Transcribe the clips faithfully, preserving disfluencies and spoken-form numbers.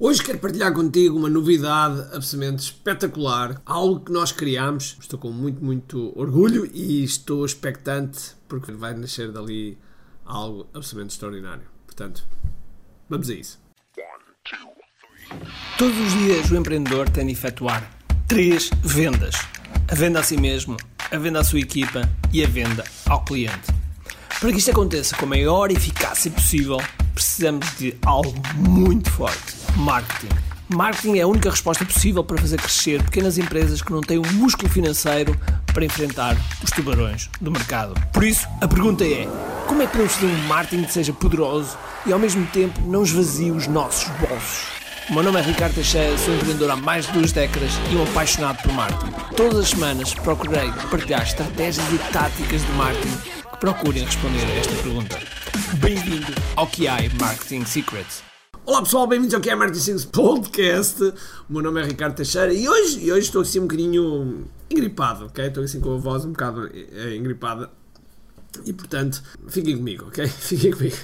Hoje quero partilhar contigo uma novidade absolutamente espetacular, algo que nós criámos. Estou com muito, muito orgulho e estou expectante porque vai nascer dali algo absolutamente extraordinário. Portanto, vamos a isso. Todos os dias o empreendedor tem de efetuar três vendas. A venda a si mesmo, a venda à sua equipa e a venda ao cliente. Para que isto aconteça com a maior eficácia possível, precisamos de algo muito forte: marketing. Marketing é a única resposta possível para fazer crescer pequenas empresas que não têm o músculo financeiro para enfrentar os tubarões do mercado. Por isso, a pergunta é: como é que podemos fazer um marketing que seja poderoso e ao mesmo tempo não esvazie os nossos bolsos? O meu nome é Ricardo Teixeira, sou empreendedor há mais de duas décadas e um apaixonado por marketing. Todas as semanas procurei partilhar estratégias e táticas de marketing que procurem responder a esta pergunta. Bem-vindo ao Q I Marketing Secrets. Olá pessoal, bem-vindos ao Q I Marketing Secrets Podcast. O meu nome é Ricardo Teixeira e hoje, e hoje estou assim um bocadinho engripado, ok? Estou assim com a voz um bocado é, engripada e portanto, fiquem comigo, ok? Fiquem comigo.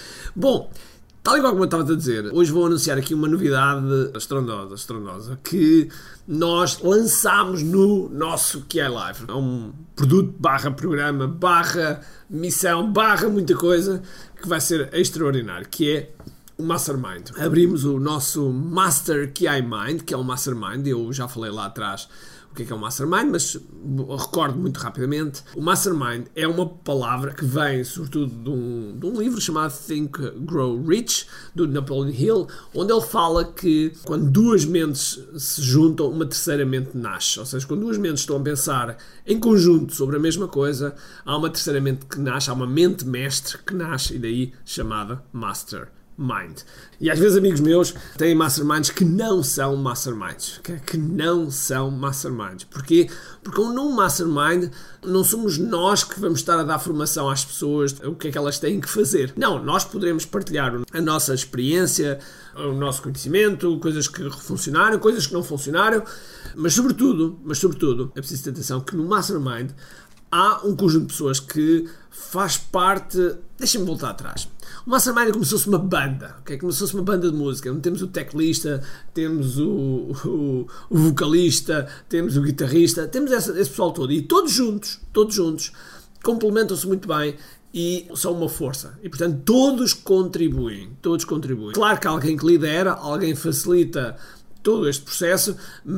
Bom, tal e qual como eu estava a dizer, hoje vou anunciar aqui uma novidade estrondosa, estrondosa, que nós lançámos no nosso Q I Live. É um produto barra programa, barra missão, barra muita coisa, que vai ser extraordinário, que é o Mastermind. Abrimos o nosso Master Q I Mind, que é um Mastermind. Eu já falei lá atrás o que é que é um Mastermind, mas recordo muito rapidamente. O Mastermind é uma palavra que vem sobretudo de um, de um livro chamado Think, Grow, Rich, do Napoleon Hill, onde ele fala que quando duas mentes se juntam, uma terceira mente nasce. Ou seja, quando duas mentes estão a pensar em conjunto sobre a mesma coisa, há uma terceira mente que nasce, há uma mente mestre que nasce, e daí chamada Master Mind. E às vezes amigos meus têm masterminds que não são masterminds, okay? que não são masterminds. Porquê? Porque num mastermind não somos nós que vamos estar a dar formação às pessoas o que é que elas têm que fazer. Não, nós poderemos partilhar a nossa experiência, o nosso conhecimento, coisas que funcionaram, coisas que não funcionaram, mas sobretudo, mas sobretudo, é preciso ter atenção que no mastermind há um conjunto de pessoas que faz parte. Deixem-me voltar atrás. O Mastermind é como se fosse uma banda, okay? Como se fosse uma banda de música, onde temos o teclista, temos o, o, o vocalista, temos o guitarrista, temos esse, esse pessoal todo, e todos juntos, todos juntos, complementam-se muito bem e são uma força. E, portanto, todos contribuem, todos contribuem. Claro que há alguém que lidera, alguém facilita todo este processo,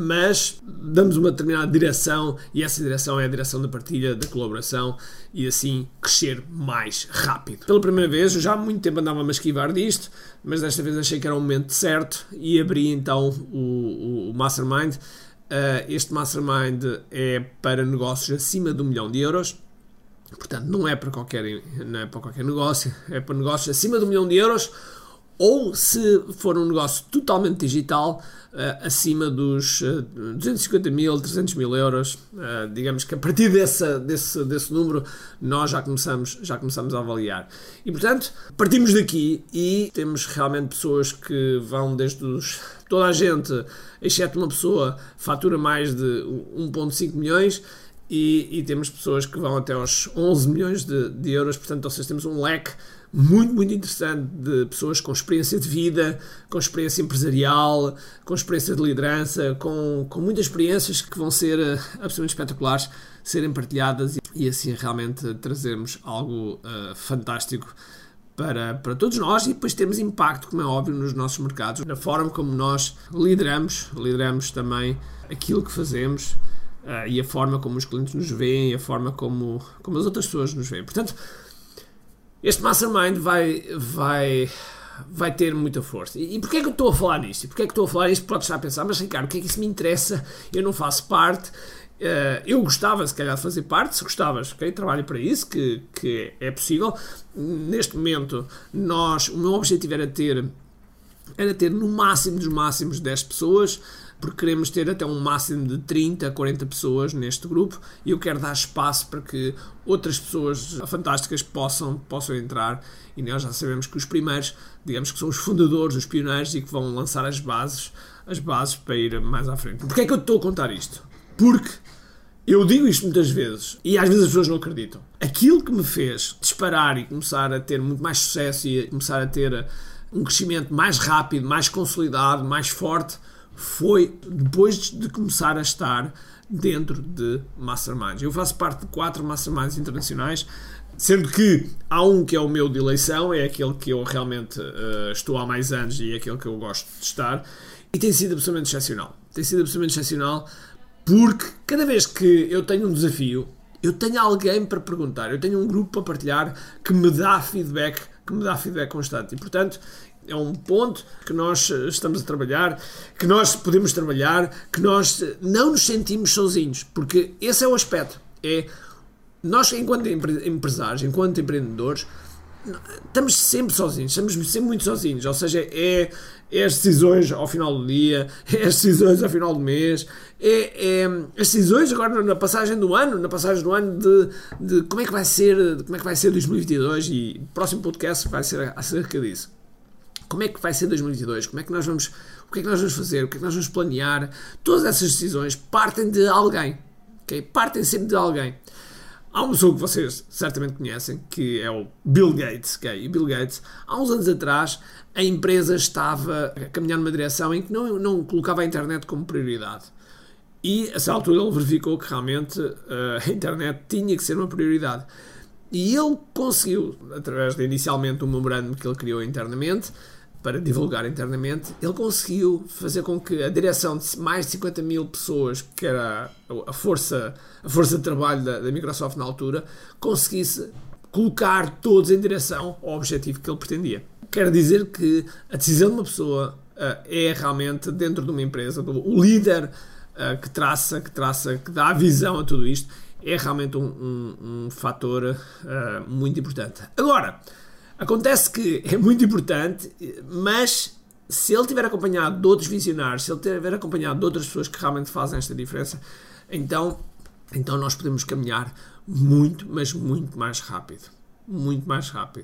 mas damos uma determinada direção e essa direção é a direção da partilha, da colaboração e assim crescer mais rápido. Pela primeira vez, eu já há muito tempo andava a esquivar disto, mas desta vez achei que era o momento certo e abri então o, o Mastermind. Uh, este Mastermind é para negócios acima de um milhão de euros. Portanto, não é para qualquer, não é para qualquer negócio, é para negócios acima de um milhão de euros. Ou, se for um negócio totalmente digital, uh, acima dos uh, duzentos e cinquenta mil, trezentos mil euros, uh, digamos que a partir dessa, desse, desse número nós já começamos, já começamos a avaliar. E, portanto, partimos daqui e temos realmente pessoas que vão desde os... Toda a gente, exceto uma pessoa, fatura mais de um vírgula cinco milhões e, e temos pessoas que vão até aos onze milhões de, de euros. Portanto, ou seja, temos um leque muito, muito interessante de pessoas com experiência de vida, com experiência empresarial, com experiência de liderança, com, com muitas experiências que vão ser uh, absolutamente espetaculares, serem partilhadas e, e assim realmente trazermos algo uh, fantástico para, para todos nós e depois temos impacto, como é óbvio, nos nossos mercados, na forma como nós lideramos, lideramos também aquilo que fazemos uh, e a forma como os clientes nos veem e a forma como, como as outras pessoas nos veem. Portanto, este Mastermind vai, vai, vai ter muita força. E, e porquê é que eu estou a falar nisto? E porquê é que estou a falar nisto? Pode estar a pensar, mas Ricardo, o que é que isso me interessa? Eu não faço parte. Uh, eu gostava, se calhar, de fazer parte. Se gostavas, ok? Trabalho para isso, que, que é possível. Neste momento, nós, o meu objetivo era ter, era ter no máximo dos máximos dez pessoas, porque queremos ter até um máximo de trinta a quarenta pessoas neste grupo e eu quero dar espaço para que outras pessoas fantásticas possam, possam entrar e nós já sabemos que os primeiros, digamos que são os fundadores, os pioneiros e que vão lançar as bases, as bases para ir mais à frente. Porquê é que eu estou a contar isto? Porque eu digo isto muitas vezes e às vezes as pessoas não acreditam. Aquilo que me fez disparar e começar a ter muito mais sucesso e começar a ter um crescimento mais rápido, mais consolidado, mais forte, foi depois de começar a estar dentro de Masterminds. Eu faço parte de quatro Masterminds internacionais, sendo que há um que é o meu de eleição, é aquele que eu realmente uh, estou há mais anos e é aquele que eu gosto de estar, e tem sido absolutamente excepcional. Tem sido absolutamente excepcional porque cada vez que eu tenho um desafio, eu tenho alguém para perguntar, eu tenho um grupo para partilhar que me dá feedback, que me dá feedback constante. E, portanto, é um ponto que nós estamos a trabalhar, que nós podemos trabalhar, que nós não nos sentimos sozinhos, porque esse é o aspecto. É, nós, enquanto empresários, enquanto empreendedores, estamos sempre sozinhos, estamos sempre muito sozinhos, ou seja, é, é as decisões ao final do dia, é as decisões ao final do mês, é, é as decisões agora na passagem do ano, na passagem do ano de, de como é que vai ser, de como é que vai ser dois mil e vinte e dois, e o próximo podcast vai ser acerca disso. Como é que vai ser dois mil e vinte e dois? Como é que nós vamos, o que é que nós vamos fazer? O que é que nós vamos planear? Todas essas decisões partem de alguém, okay? Partem sempre de alguém. Há uma pessoa que vocês certamente conhecem, que é o Bill Gates. Okay? E Bill Gates, há uns anos atrás, a empresa estava a caminhar numa direção em que não, não colocava a internet como prioridade. E, a essa altura, ele verificou que realmente uh, a internet tinha que ser uma prioridade. E ele conseguiu, através de inicialmente um memorando que ele criou internamente, para divulgar internamente, ele conseguiu fazer com que a direção de mais de cinquenta mil pessoas, que era a força, a força de trabalho da, da Microsoft na altura, conseguisse colocar todos em direção ao objetivo que ele pretendia. Quer dizer que a decisão de uma pessoa uh, é realmente, dentro de uma empresa, do, o líder uh, que traça, que traça, que dá a visão a tudo isto, é realmente um, um, um fator uh, muito importante. Agora, acontece que é muito importante, mas se ele tiver acompanhado de outros visionários, se ele tiver acompanhado de outras pessoas que realmente fazem esta diferença, então, então nós podemos caminhar muito, mas muito mais rápido. Muito mais rápido.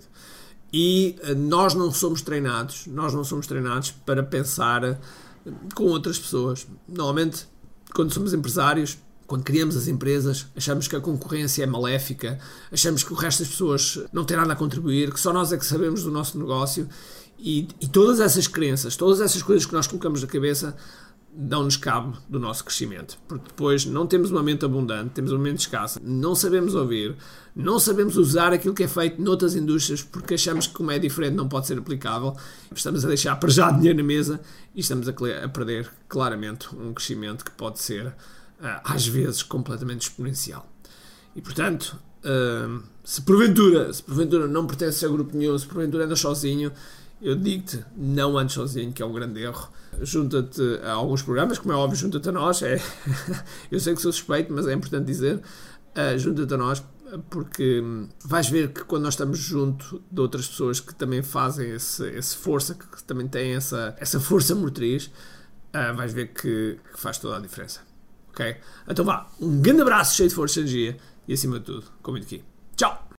E uh, nós não somos treinados, nós não somos treinados para pensar uh, com outras pessoas. Normalmente, quando somos empresários, quando criamos as empresas, achamos que a concorrência é maléfica, achamos que o resto das pessoas não tem nada a contribuir, que só nós é que sabemos do nosso negócio, e, e todas essas crenças, todas essas coisas que nós colocamos na cabeça dão-nos cabo do nosso crescimento, porque depois não temos uma mente abundante, temos uma mente escassa, não sabemos ouvir, não sabemos usar aquilo que é feito noutras indústrias, porque achamos que como é diferente não pode ser aplicável, estamos a deixar para já dinheiro na mesa e estamos a, a perder claramente um crescimento que pode ser às vezes completamente exponencial. E portanto, uh, se porventura se porventura não pertences a grupo nenhum, se porventura andas sozinho, eu digo-te, não andes sozinho, que é um grande erro. Junta-te a alguns programas, como é óbvio, junta-te a nós, é, eu sei que sou suspeito, mas é importante dizer, uh, junta-te a nós, porque vais ver que quando nós estamos junto de outras pessoas que também fazem esse, esse força, que também têm essa, essa força motriz, uh, vais ver que, que faz toda a diferença. Okay? Então vá, um grande abraço cheio de força e energia e acima de tudo, com muito aqui.